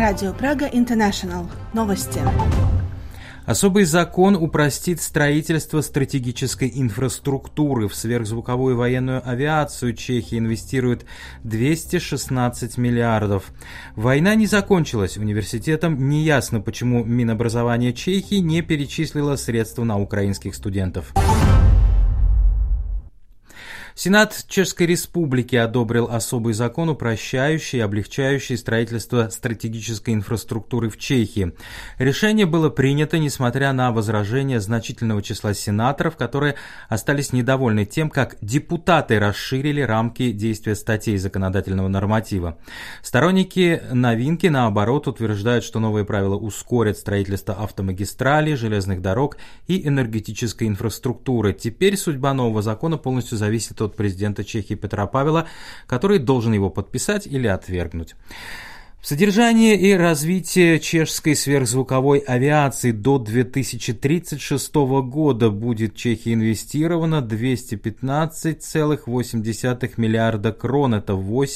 Радио Прага Интернешнл. Новости. Особый закон упростит строительство стратегической инфраструктуры. В сверхзвуковую военную авиацию Чехия инвестирует 216 миллиардов. Война не закончилась. Университетам неясно, почему Минобразование Чехии не перечислило средства на украинских студентов. Сенат Чешской Республики одобрил особый закон, упрощающий и облегчающий строительство стратегической инфраструктуры в Чехии. Решение было принято, несмотря на возражения значительного числа сенаторов, которые остались недовольны тем, как депутаты расширили рамки действия статей законодательного норматива. Сторонники новинки, наоборот, утверждают, что новые правила ускорят строительство автомагистралей, железных дорог и энергетической инфраструктуры. Теперь судьба нового закона полностью зависит от президента Чехии Петра Павела, который должен его подписать или отвергнуть. В содержание и развитие чешской сверхзвуковой авиации до 2036 года будет в Чехии инвестировано 215,8 миллиарда крон, это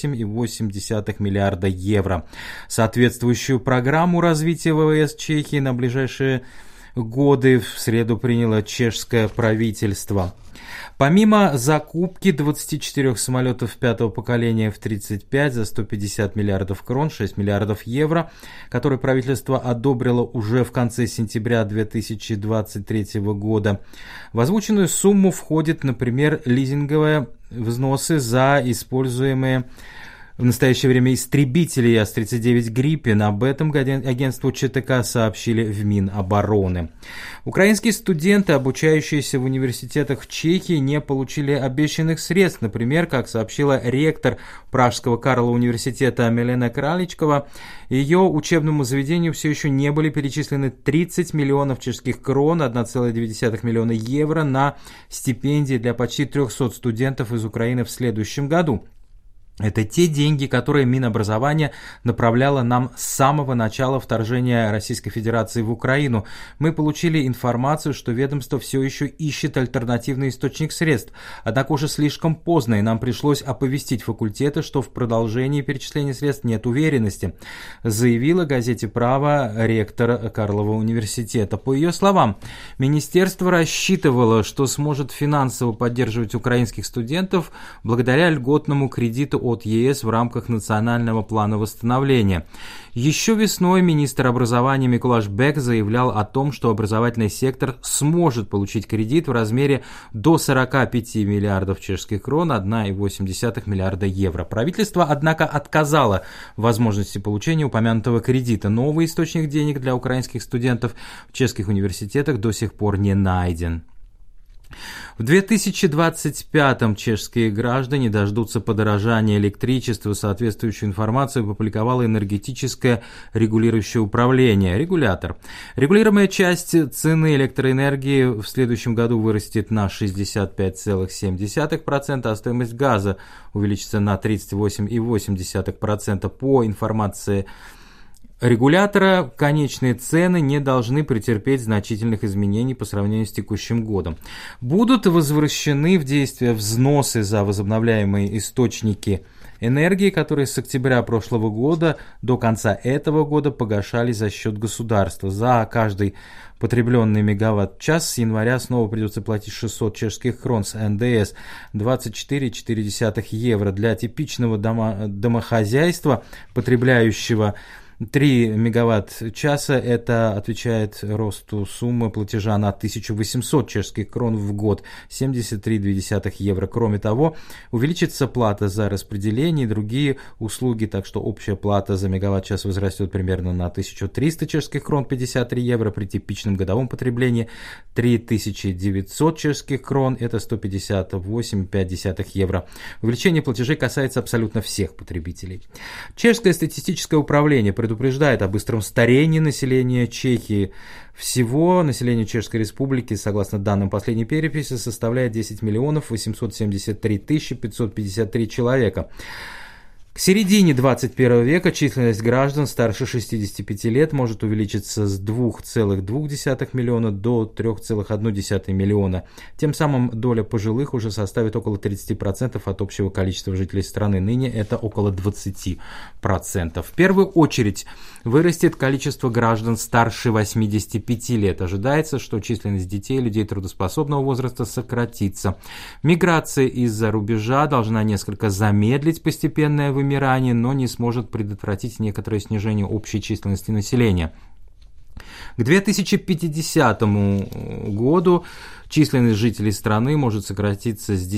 8,8 миллиарда евро. Соответствующую программу развития ВВС Чехии на ближайшие годы в среду приняло чешское правительство. Помимо закупки 24 самолетов пятого поколения F-35 за 150 миллиардов крон, 6 миллиардов евро, которые правительство одобрило уже в конце сентября 2023 года, в озвученную сумму входят, например, лизинговые взносы за используемые в настоящее время истребители Ас-39 «Гриппен». Об этом агентству ЧТК сообщили в Минобороны. Украинские студенты, обучающиеся в университетах Чехии, не получили обещанных средств. Например, как сообщила ректор Пражского Карлова университета Милена Краличкова, ее учебному заведению все еще не были перечислены 30 миллионов чешских крон, 1,2 миллиона евро на стипендии для почти 300 студентов из Украины в следующем году. Это те деньги, которые Минобразование направляло нам с самого начала вторжения Российской Федерации в Украину. Мы получили информацию, что ведомство все еще ищет альтернативный источник средств. Однако уже слишком поздно, и нам пришлось оповестить факультеты, что в продолжении перечисления средств нет уверенности, заявила газете «Право» ректор Карлова университета. По ее словам, министерство рассчитывало, что сможет финансово поддерживать украинских студентов благодаря льготному кредиту от ЕС в рамках национального плана восстановления. Еще весной министр образования Миколаш Бек заявлял о том, что образовательный сектор сможет получить кредит в размере до 45 миллиардов чешских крон, 1,8 миллиарда евро. Правительство, однако, отказало в возможности получения упомянутого кредита. Новый источник денег для украинских студентов в чешских университетах до сих пор не найден. В 2025-м чешские граждане дождутся подорожания электричества. Соответствующую информацию опубликовало энергетическое регулирующее управление, регулятор. Регулируемая часть цены электроэнергии в следующем году вырастет на 65,7%, а стоимость газа увеличится на 38,8%. По информации регулятора, конечные цены не должны претерпеть значительных изменений по сравнению с текущим годом. Будут возвращены в действие взносы за возобновляемые источники энергии, которые с октября прошлого года до конца этого года погашались за счет государства. За каждый потребленный мегаватт-час с января снова придется платить 600 чешских крон с НДС, 24,4 евро. Для типичного домохозяйства, потребляющего 3 мегаватт-часа, это отвечает росту суммы платежа на 1800 чешских крон в год, 73,2 евро. Кроме того, увеличится плата за распределение и другие услуги, так что общая плата за мегаватт-час возрастет примерно на 1300 чешских крон, 53 евро. При типичном годовом потреблении 3900 чешских крон, это 158,5 евро. Увеличение платежей касается абсолютно всех потребителей. Чешское статистическое управление предупреждает о быстром старении населения Чехии. Всего население Чешской Республики, согласно данным последней переписи, составляет 10 миллионов 873 тысячи 553 человека. К середине 21 века численность граждан старше 65 лет может увеличиться с 2,2 миллиона до 3,1 миллиона. Тем самым доля пожилых уже составит около 30% от общего количества жителей страны. Ныне это около 20%. В первую очередь вырастет количество граждан старше 85 лет. Ожидается, что численность детей и людей трудоспособного возраста сократится. Миграция из-за рубежа должна несколько замедлить постепенное вымирание, но не сможет предотвратить некоторое снижение общей численности населения. К 2050 году численность жителей страны может сократиться с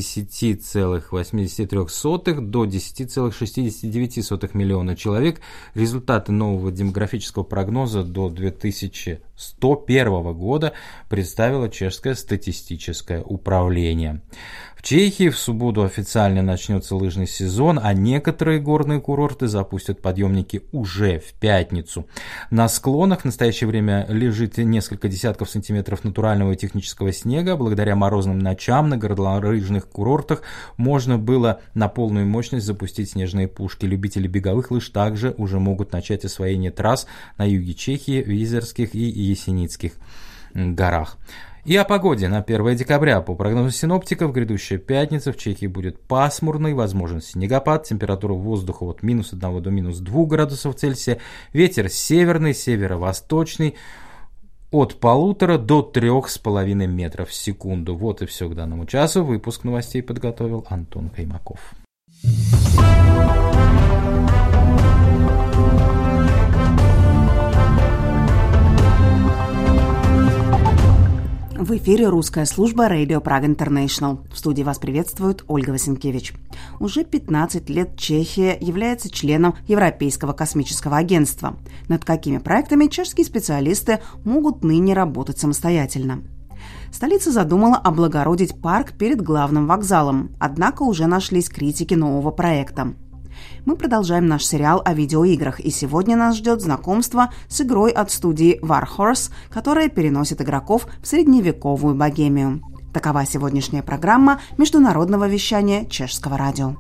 10,83 до 10,69 миллиона человек. Результаты нового демографического прогноза до 2101 года представило Чешское статистическое управление. В Чехии в субботу официально начнется лыжный сезон, а некоторые горные курорты запустят подъемники уже в пятницу. На склонах в настоящее время лежит несколько десятков сантиметров натурального и технического снега. Благодаря морозным ночам на горнолыжных курортах можно было на полную мощность запустить снежные пушки. Любители беговых лыж также уже могут начать освоение трасс на юге Чехии, в Изерских и Есеницких горах. И о погоде на 1 декабря. По прогнозу синоптиков, грядущая пятница в Чехии будет пасмурной, возможен снегопад, температура воздуха от минус 1 до минус 2 градусов Цельсия, ветер северный, северо-восточный, от 1,5 до 3,5 метров в секунду. Вот и все к данному часу. Выпуск новостей подготовил Антон Каймаков. В эфире русская служба Radio Prague International. В студии вас приветствует Ольга Васенкевич. Уже 15 лет Чехия является членом Европейского космического агентства. Над какими проектами чешские специалисты могут ныне работать самостоятельно? Столица задумала облагородить парк перед главным вокзалом, однако уже нашлись критики нового проекта. Мы продолжаем наш сериал о видеоиграх, и сегодня нас ждет знакомство с игрой от студии Warhorse, которая переносит игроков в средневековую Богемию. Такова сегодняшняя программа международного вещания Чешского радио.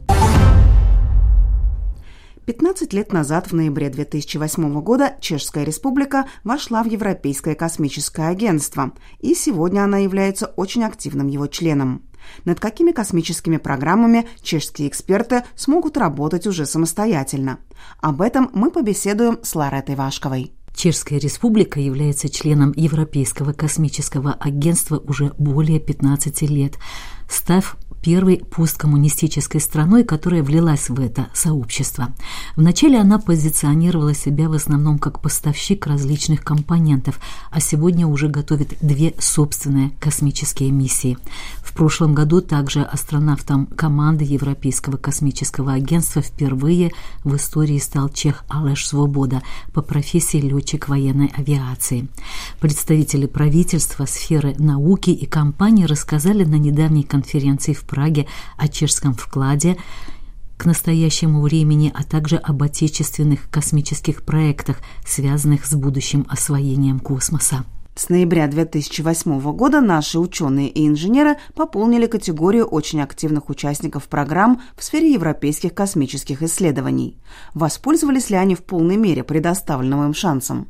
15 лет назад, в ноябре 2008 года, Чешская Республика вошла в Европейское космическое агентство, и сегодня она является очень активным его членом. Над какими космическими программами чешские эксперты смогут работать уже самостоятельно? Об этом мы побеседуем с Ларетой Вашковой. Чешская Республика является членом Европейского космического агентства уже более 15 лет, став первой посткоммунистической страной, которая влилась в это сообщество. Вначале она позиционировала себя в основном как поставщик различных компонентов, а сегодня уже готовит 2 собственные космические миссии. В прошлом году также астронавтом команды Европейского космического агентства впервые в истории стал чех Алеш Свобода, по профессии летчик военной авиации. Представители правительства, сферы науки и компаний рассказали на недавней конференции в Праге о чешском вкладе к настоящему времени, а также об отечественных космических проектах, связанных с будущим освоением космоса. С ноября 2008 года наши ученые и инженеры пополнили категорию очень активных участников программ в сфере европейских космических исследований. Воспользовались ли они в полной мере предоставленным им шансом?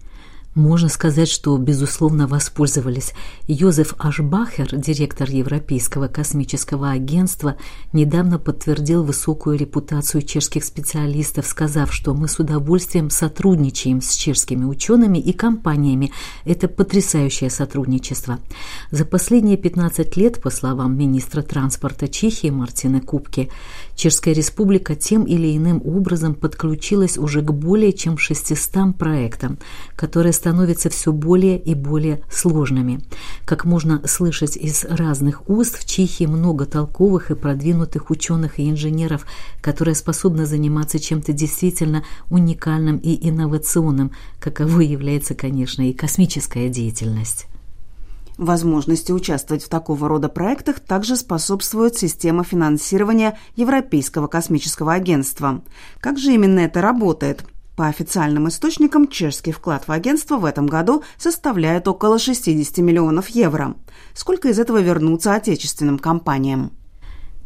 Можно сказать, что, безусловно, воспользовались. Йозеф Ашбахер, директор Европейского космического агентства, недавно подтвердил высокую репутацию чешских специалистов, сказав, что мы с удовольствием сотрудничаем с чешскими учеными и компаниями. Это потрясающее сотрудничество. За последние 15 лет, по словам министра транспорта Чехии Мартины Купки, Чешская Республика тем или иным образом подключилась уже к более чем 600 проектам, которые становятся все более и более сложными. Как можно слышать из разных уст, в Чехии много толковых и продвинутых ученых и инженеров, которые способны заниматься чем-то действительно уникальным и инновационным, каковой является, конечно, и космическая деятельность. Возможности участвовать в такого рода проектах также способствует система финансирования Европейского космического агентства. Как же именно это работает? По официальным источникам, чешский вклад в агентство в этом году составляет около 60 миллионов евро. Сколько из этого вернутся отечественным компаниям?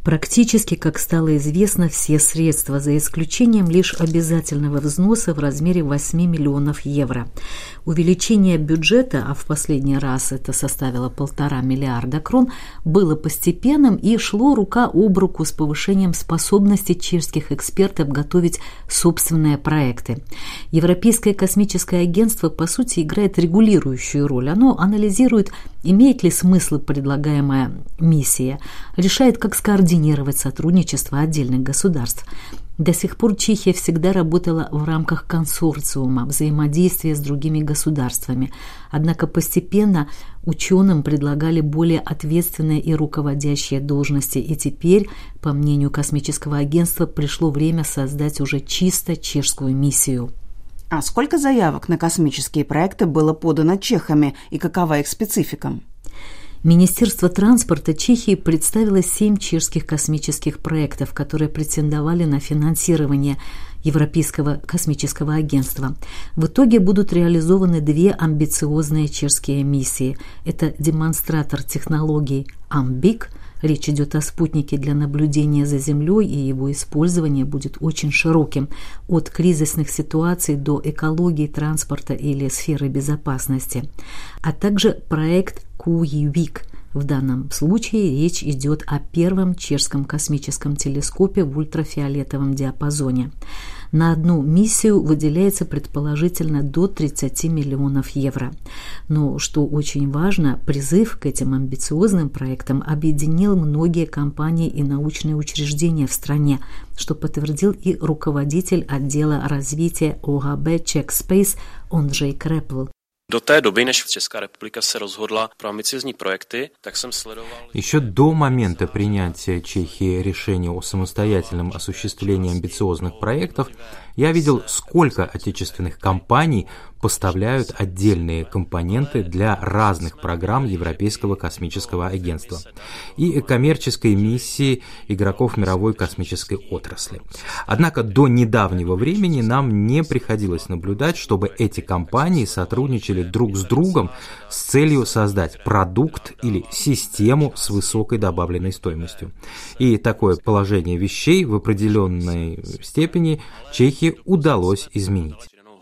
Практически, как стало известно, все средства, за исключением лишь обязательного взноса в размере 8 миллионов евро. Увеличение бюджета, а в последний раз это составило 1,5 миллиарда крон, было постепенным и шло рука об руку с повышением способности чешских экспертов готовить собственные проекты. Европейское космическое агентство, по сути, играет регулирующую роль. Оно анализирует, имеет ли смысл предлагаемая миссия, решает, как скоординировать сотрудничество отдельных государств. До сих пор Чехия всегда работала в рамках консорциума, взаимодействия с другими государствами. Однако постепенно ученым предлагали более ответственные и руководящие должности, и теперь, по мнению космического агентства, пришло время создать уже чисто чешскую миссию. А сколько заявок на космические проекты было подано чехами и какова их специфика? Министерство транспорта Чехии представило 7 чешских космических проектов, которые претендовали на финансирование Европейского космического агентства. В итоге будут реализованы 2 амбициозные чешские миссии. Это демонстратор технологий «Амбик». Речь идет о спутнике для наблюдения за Землей, и его использование будет очень широким, от кризисных ситуаций до экологии, транспорта или сферы безопасности. А также проект «Куевик». В данном случае речь идет о первом чешском космическом телескопе в ультрафиолетовом диапазоне. На одну миссию выделяется предположительно до 30 миллионов евро. Но, что очень важно, призыв к этим амбициозным проектам объединил многие компании и научные учреждения в стране, что подтвердил и руководитель отдела развития ОХБ Czech Space Ondřej Krepl. Do té doby, než Česká republika se rozhodla pro амбициозные проекты, так jsem sledoval... Еще до момента принятия Чехии решения о самостоятельном осуществлении амбициозных проектов, я видел, сколько отечественных компаний поставляют отдельные компоненты для разных программ Европейского космического агентства и коммерческой миссии игроков мировой космической отрасли. Однако до недавнего времени нам не приходилось наблюдать, чтобы эти компании сотрудничали друг с другом с целью создать продукт или систему с высокой добавленной стоимостью. И такое положение вещей в определенной степени Чехии удалось изменить.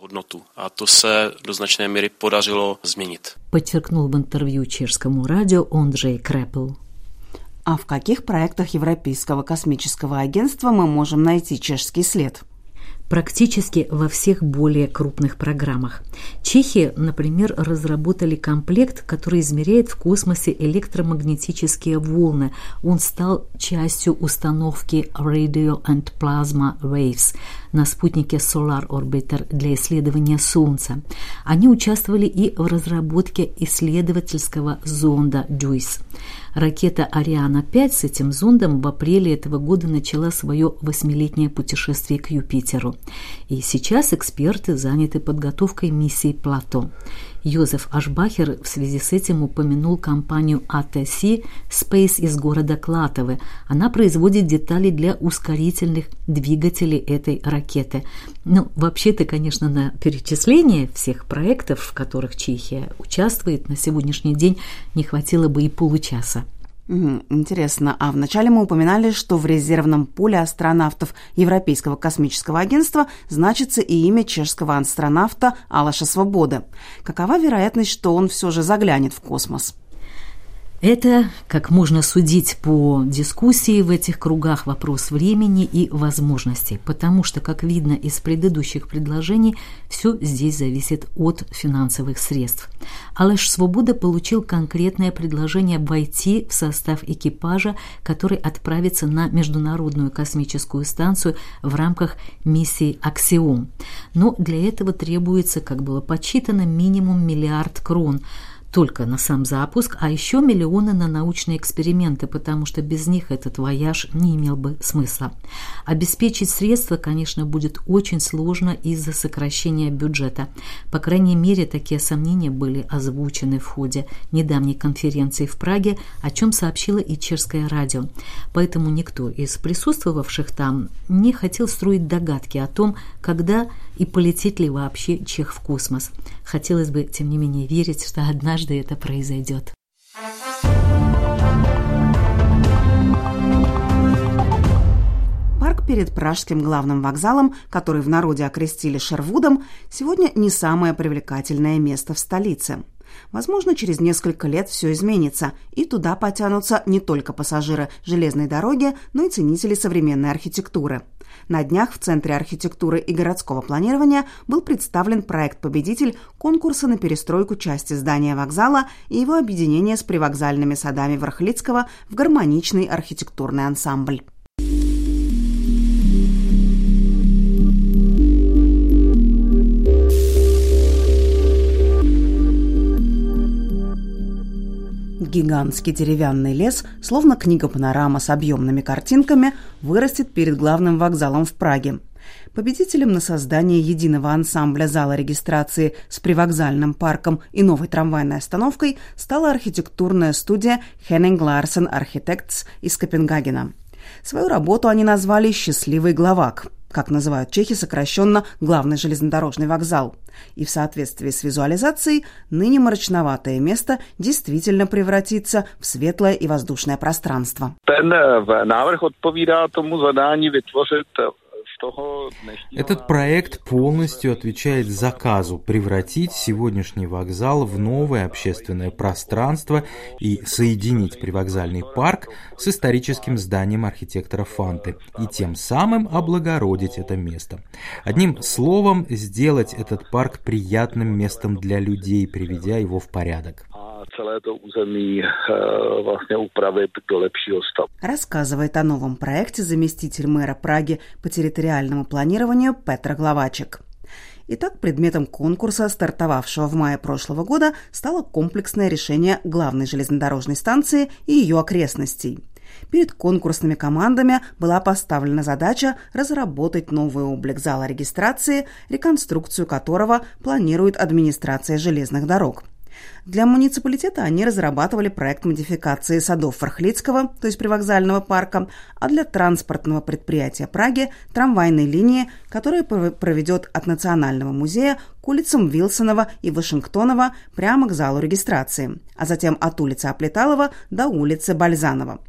A to se do značné míry podařilo změnit. Подчеркнул в интервью чешскому радио Ondřej Krepl. А в каких проектах Европейского космического агентства мы можем найти чешский след? Практически во всех более крупных программах. Чехи, например, разработали комплект, который измеряет в космосе электромагнетические волны. Он стал частью установки Radio and Plasma Waves на спутнике Solar Orbiter для исследования Солнца. Они участвовали и в разработке исследовательского зонда JUICE. Ракета «Ариана-5» с этим зондом в апреле этого года начала свое 8-летнее путешествие к Юпитеру. И сейчас эксперты заняты подготовкой миссии «Плато». Йозеф Ашбахер в связи с этим упомянул компанию ATC Space из города Клатовы. Она производит детали для ускорительных двигателей этой ракеты. Ну, вообще-то, конечно, на перечисление всех проектов, в которых Чехия участвует, на сегодняшний день не хватило бы и получаса. Интересно. А вначале мы упоминали, что в резервном пуле астронавтов Европейского космического агентства значится и имя чешского астронавта Алеша Свободы. Какова вероятность, что он все же заглянет в космос? Это, как можно судить по дискуссии в этих кругах, вопрос времени и возможностей, потому что, как видно из предыдущих предложений, все здесь зависит от финансовых средств. Алеш Свобода получил конкретное предложение войти в состав экипажа, который отправится на Международную космическую станцию в рамках миссии «Аксиом». Но для этого требуется, как было подсчитано, минимум 1 миллиард крон – только на сам запуск, а еще миллионы на научные эксперименты, потому что без них этот вояж не имел бы смысла. Обеспечить средства, конечно, будет очень сложно из-за сокращения бюджета. По крайней мере, такие сомнения были озвучены в ходе недавней конференции в Праге, о чем сообщило и чешское радио. Поэтому никто из присутствовавших там не хотел строить догадки о том, когда и полетит ли вообще чех в космос. Хотелось бы, тем не менее, верить, что однажды это произойдет. перед пражским главным вокзалом, который в народе окрестили Шервудом, сегодня не самое привлекательное место в столице. Возможно, через несколько лет все изменится, и туда потянутся не только пассажиры железной дороги, но и ценители современной архитектуры. На днях в Центре архитектуры и городского планирования был представлен проект-победитель конкурса на перестройку части здания вокзала и его объединение с привокзальными садами Врхлицкого в гармоничный архитектурный ансамбль. Гигантский деревянный лес, словно книга-панорама с объемными картинками, вырастет перед главным вокзалом в Праге. Победителем на создание единого ансамбля зала регистрации с привокзальным парком и новой трамвайной остановкой стала архитектурная студия Henning Larsen Architects из Копенгагена. Свою работу они назвали «Счастливый главак», как называют чехи сокращенно «главный железнодорожный вокзал». И в соответствии с визуализацией ныне мрачноватое место действительно превратится в светлое и воздушное пространство. Этот проект полностью отвечает заказу превратить сегодняшний вокзал в новое общественное пространство и соединить привокзальный парк с историческим зданием архитектора Фанты и тем самым облагородить это место. Одним словом, сделать этот парк приятным местом для людей, приведя его в порядок. Celé to území vlastně upravit do lepšího stavu. Рассказывает о новом проекте заместитель мэра Праги по территориальному планированию Петр Главачек. Итак, предметом конкурса, стартовавшего в мае прошлого года, стало комплексное решение главной железнодорожной станции и ее окрестностей. Перед конкурсными командами была поставлена задача разработать новый облик зала регистрации, реконструкцию которого планирует администрация железных дорог. Для муниципалитета они разрабатывали проект модификации садов Врхлицкого, то есть привокзального парка, а для транспортного предприятия Праги – трамвайной линии, которая проведет от Национального музея к улицам Вилсонова и Вашингтонова прямо к залу регистрации, а затем от улицы Оплеталова до улицы Бальзанова.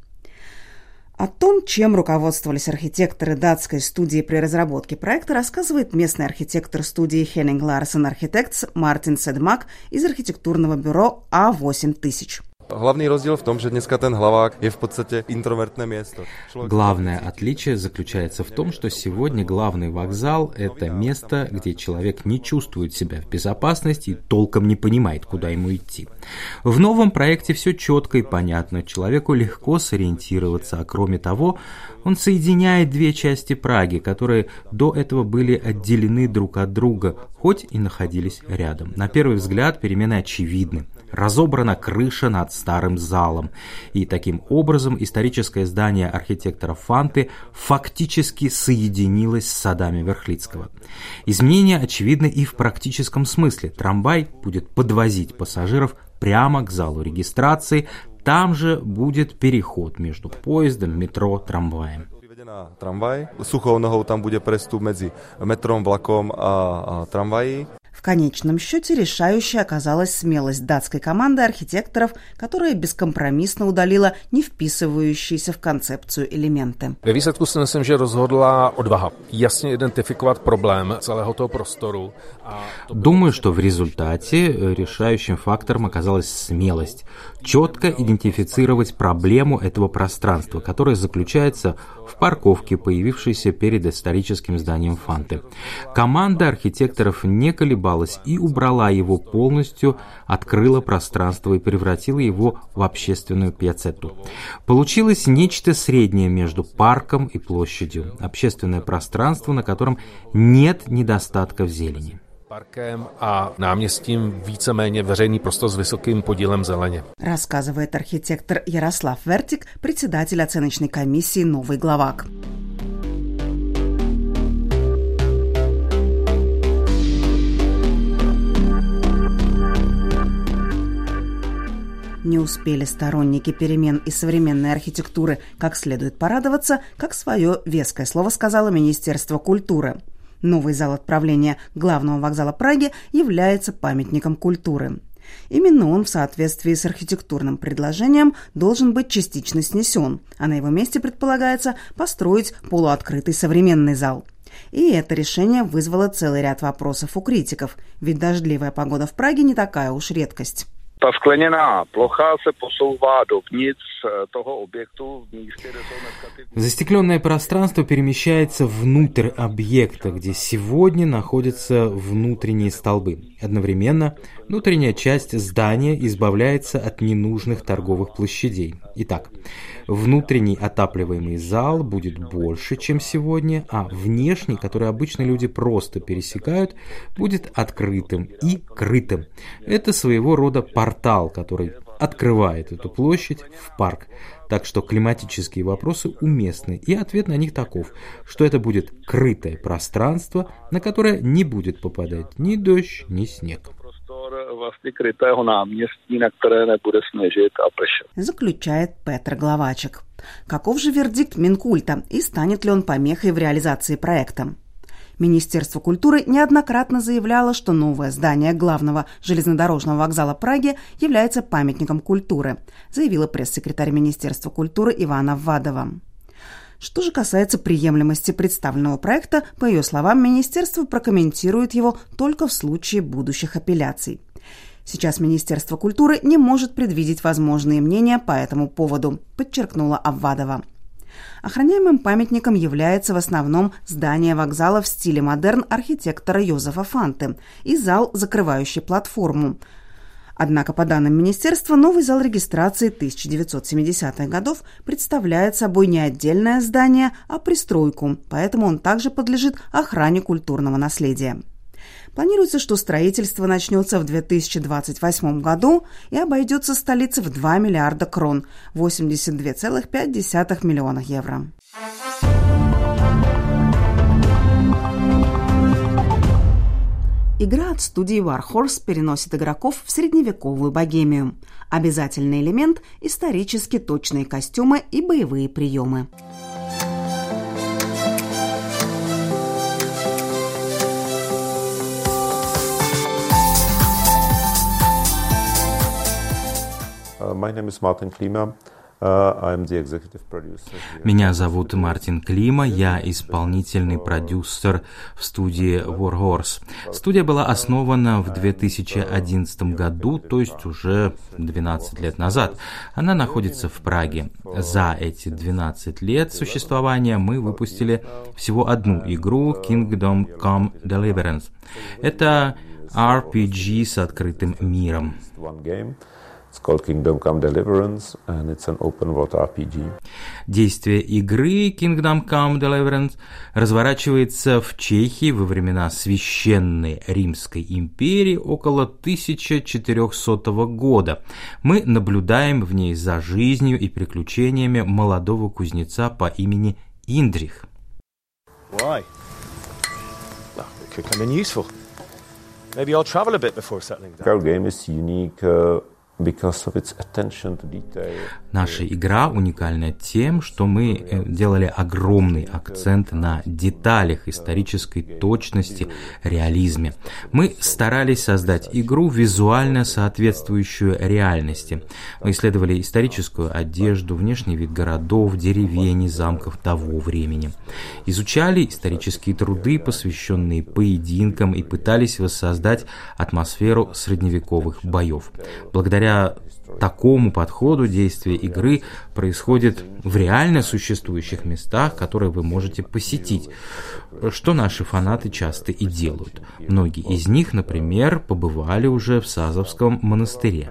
О том, чем руководствовались архитекторы датской студии при разработке проекта, рассказывает местный архитектор студии Henning Larsen Architects Мартин Седмак из архитектурного бюро А8000. Главный раздел в том, что днеска ten hlavák je v podstatě introvertné место. Главное отличие заключается в том, что сегодня главный вокзал – это место, где человек не чувствует себя в безопасности и толком не понимает, куда ему идти. В новом проекте все четко и понятно, человеку легко сориентироваться, а кроме того, он соединяет две части Праги, которые до этого были отделены друг от друга, хоть и находились рядом. На первый взгляд перемены очевидны. Разобрана крыша над старым залом, и таким образом историческое здание архитектора Фанты фактически соединилось с садами Врхлицкого. Изменения очевидны и в практическом смысле. Трамвай будет подвозить пассажиров прямо к залу регистрации, там же будет переход между поездом, метро, трамваем. Трамвай, сухou nohou там будет prestup mezi metrом, влаком a tramvají. В конечном счете решающей оказалась смелость датской команды архитекторов, которая бескомпромиссно удалила не вписывающиеся в концепцию элементы. Ve výsledku si myslím, že rozhodla odvaha jasně identifikovat problém celého toho prostoru. Думаю, что в результате решающим фактором оказалась смелость четко идентифицировать проблему этого пространства, которое заключается в парковке, появившейся перед историческим зданием Фанты. Команда архитекторов не колебалась и убрала его полностью, открыла пространство и превратила его в общественную пьяцетту. Получилось нечто среднее между парком и площадью, общественное пространство, на котором нет недостатка в зелени. Parkem a náměstím víceméně veřejný prostor s vysokým podílem zeleně. Рассказывает архитектор Ярослав Вертик, председатель оценочной комиссии «Новый главак». Не успели сторонники перемен и современной архитектуры как следует порадоваться, как свое веское слово сказало Министерство культуры. Новый зал отправления главного вокзала Праги является памятником культуры. Именно он в соответствии с архитектурным предложением должен быть частично снесен, а на его месте предполагается построить полуоткрытый современный зал. И это решение вызвало целый ряд вопросов у критиков, ведь дождливая погода в Праге не такая уж редкость. Ta skleněná plocha se posouvá dovnitř toho objektu v místě, kde jsou dneska ty... Застекленное пространство перемещается внутрь объекта, где сегодня находятся внутренние столбы. Одновременно внутренняя часть здания избавляется от ненужных торговых площадей. Итак, внутренний отапливаемый зал будет больше, чем сегодня, а внешний, который обычно люди просто пересекают, будет открытым и крытым. Это своего рода портал, который открывает эту площадь в парк. Так что климатические вопросы уместны, и ответ на них таков, что это будет крытое пространство, на которое не будет попадать ни дождь, ни снег. Заключает Петр Главачек. Каков же вердикт Минкульта и станет ли он помехой в реализации проекта? Министерство культуры неоднократно заявляло, что новое здание главного железнодорожного вокзала Праги является памятником культуры, заявила пресс-секретарь Министерства культуры Ивана Вадова. Что же касается приемлемости представленного проекта, по ее словам, министерство прокомментирует его только в случае будущих апелляций. Сейчас Министерство культуры не может предвидеть возможные мнения по этому поводу, подчеркнула Аввадова. Охраняемым памятником является в основном здание вокзала в стиле модерн архитектора Йозефа Фанте и зал, закрывающий платформу. Однако, по данным министерства, новый зал регистрации 1970-х годов представляет собой не отдельное здание, а пристройку, поэтому он также подлежит охране культурного наследия. Планируется, что строительство начнется в 2028 году и обойдется столице в 2 миллиарда крон, 82,5 миллиона евро. Игра от студии Warhorse переносит игроков в средневековую Богемию. Обязательный элемент – исторически точные костюмы и боевые приемы. My name is Martin Klima. Меня зовут Мартин Клима, я исполнительный продюсер в студии Warhorse. Студия была основана в 2011 году, то есть уже 12 лет назад. Она находится в Праге. За эти 12 лет существования мы выпустили всего одну игру Kingdom Come Deliverance. Это RPG с открытым миром. It's called Kingdom Come Deliverance, and it's an open world RPG. Действие игры Kingdom Come Deliverance разворачивается в Чехии во времена Священной Римской империи около 1400 года. Мы наблюдаем в ней за жизнью и приключениями молодого кузнеца по имени Индрих. Why? Well, it could come in useful. Maybe I'll travel a bit before settling down. Our game is unique. Because of its attention to detail. Наша игра уникальна тем, что мы делали огромный акцент на деталях, исторической точности, реализме. Мы старались создать игру, визуально соответствующую реальности. Мы исследовали историческую одежду, внешний вид городов, деревень и замков того времени. Изучали исторические труды, посвященные поединкам, и пытались воссоздать атмосферу средневековых боев. Благодаря такому подходу действие игры происходит в реально существующих местах, которые вы можете посетить, что наши фанаты часто и делают. Многие из них, например, побывали уже в Сазовском монастыре.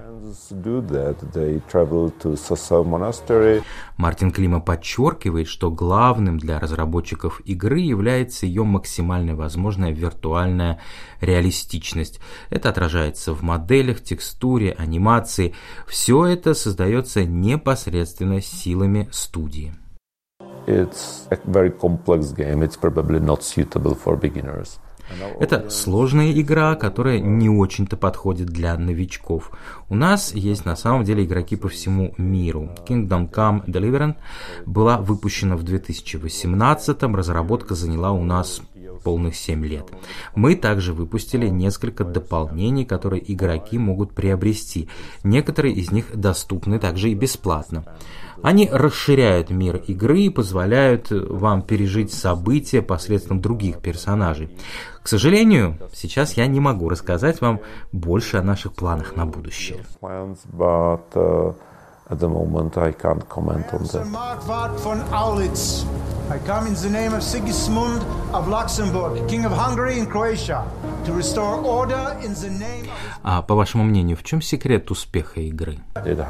Мартин Клима подчеркивает, что главным для разработчиков игры является ее максимально возможная виртуальная реалистичность. Это отражается в моделях, текстуре, анимации. Все это создается непосредственно силами студии. It's a very complex game. It's probably not suitable for beginners. Это сложная игра, которая не очень-то подходит для новичков. У нас есть на самом деле игроки по всему миру. Kingdom Come Deliverance была выпущена в 2018-м, разработка заняла у нас полных 7 лет. Мы также выпустили несколько дополнений, которые игроки могут приобрести. Некоторые из них доступны также и бесплатно. Они расширяют мир игры и позволяют вам пережить события посредством других персонажей. К сожалению, сейчас я не могу рассказать вам больше о наших планах на будущее. At the moment, I can't comment on that. Marquardt von Aulitz. I come in the name of Sigismund of Luxembourg, King of Hungary and Croatia, to restore order in the name of... А по вашему мнению, в чем секрет успеха игры?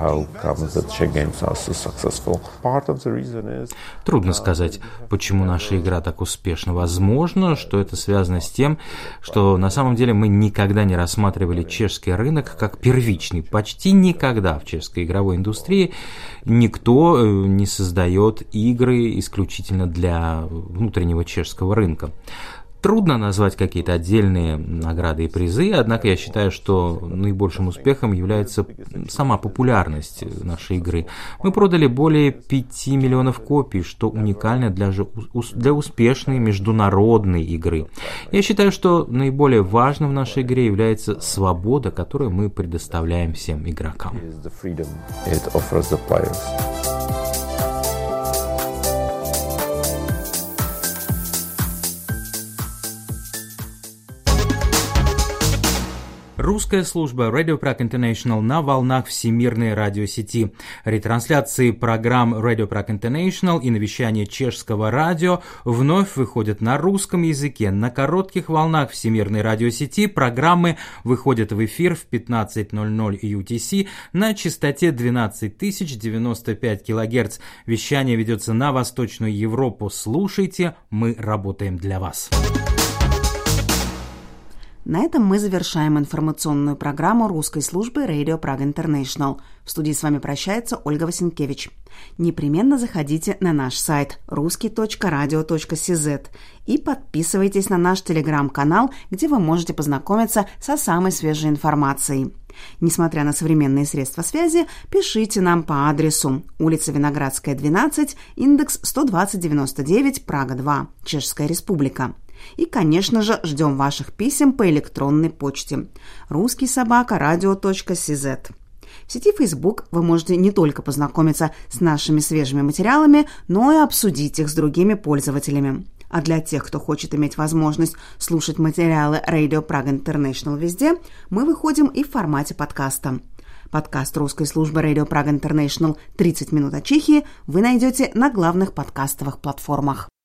Трудно сказать, почему наша игра так успешна. Возможно, что это связано с тем, что на самом деле мы никогда не рассматривали чешский рынок как первичный. Почти никогда в чешской игровой индустрии никто не создает игры исключительно для внутреннего чешского рынка. Трудно назвать какие-то отдельные награды и призы, однако я считаю, что наибольшим успехом является сама популярность нашей игры. Мы продали более 5 миллионов копий, что уникально для успешной международной игры. Я считаю, что наиболее важным в нашей игре является свобода, которую мы предоставляем всем игрокам. Русская служба Radio Prague International на волнах всемирной радиосети. Ретрансляции программ Radio Prague International и навещание чешского радио вновь выходят на русском языке. На коротких волнах всемирной радиосети программы выходят в эфир в 15:00 UTC на частоте 12095 кГц. Вещание ведется на Восточную Европу. Слушайте, мы работаем для вас. На этом мы завершаем информационную программу русской службы Radio Prague International. В студии с вами прощается Ольга Васенкевич. Непременно заходите на наш сайт ruski.radio.cz и подписывайтесь на наш телеграм-канал, где вы можете познакомиться со самой свежей информацией. Несмотря на современные средства связи, пишите нам по адресу улица Виноградская, 12, индекс 12099, Прага 2, Чешская Республика. И, конечно же, ждем ваших писем по электронной почте ruski@radio.cz. В сети Facebook вы можете не только познакомиться с нашими свежими материалами, но и обсудить их с другими пользователями. А для тех, кто хочет иметь возможность слушать материалы Radio Prague International везде, мы выходим и в формате подкаста. Подкаст русской службы Radio Prague International «30 минут о Чехии» вы найдете на главных подкастовых платформах.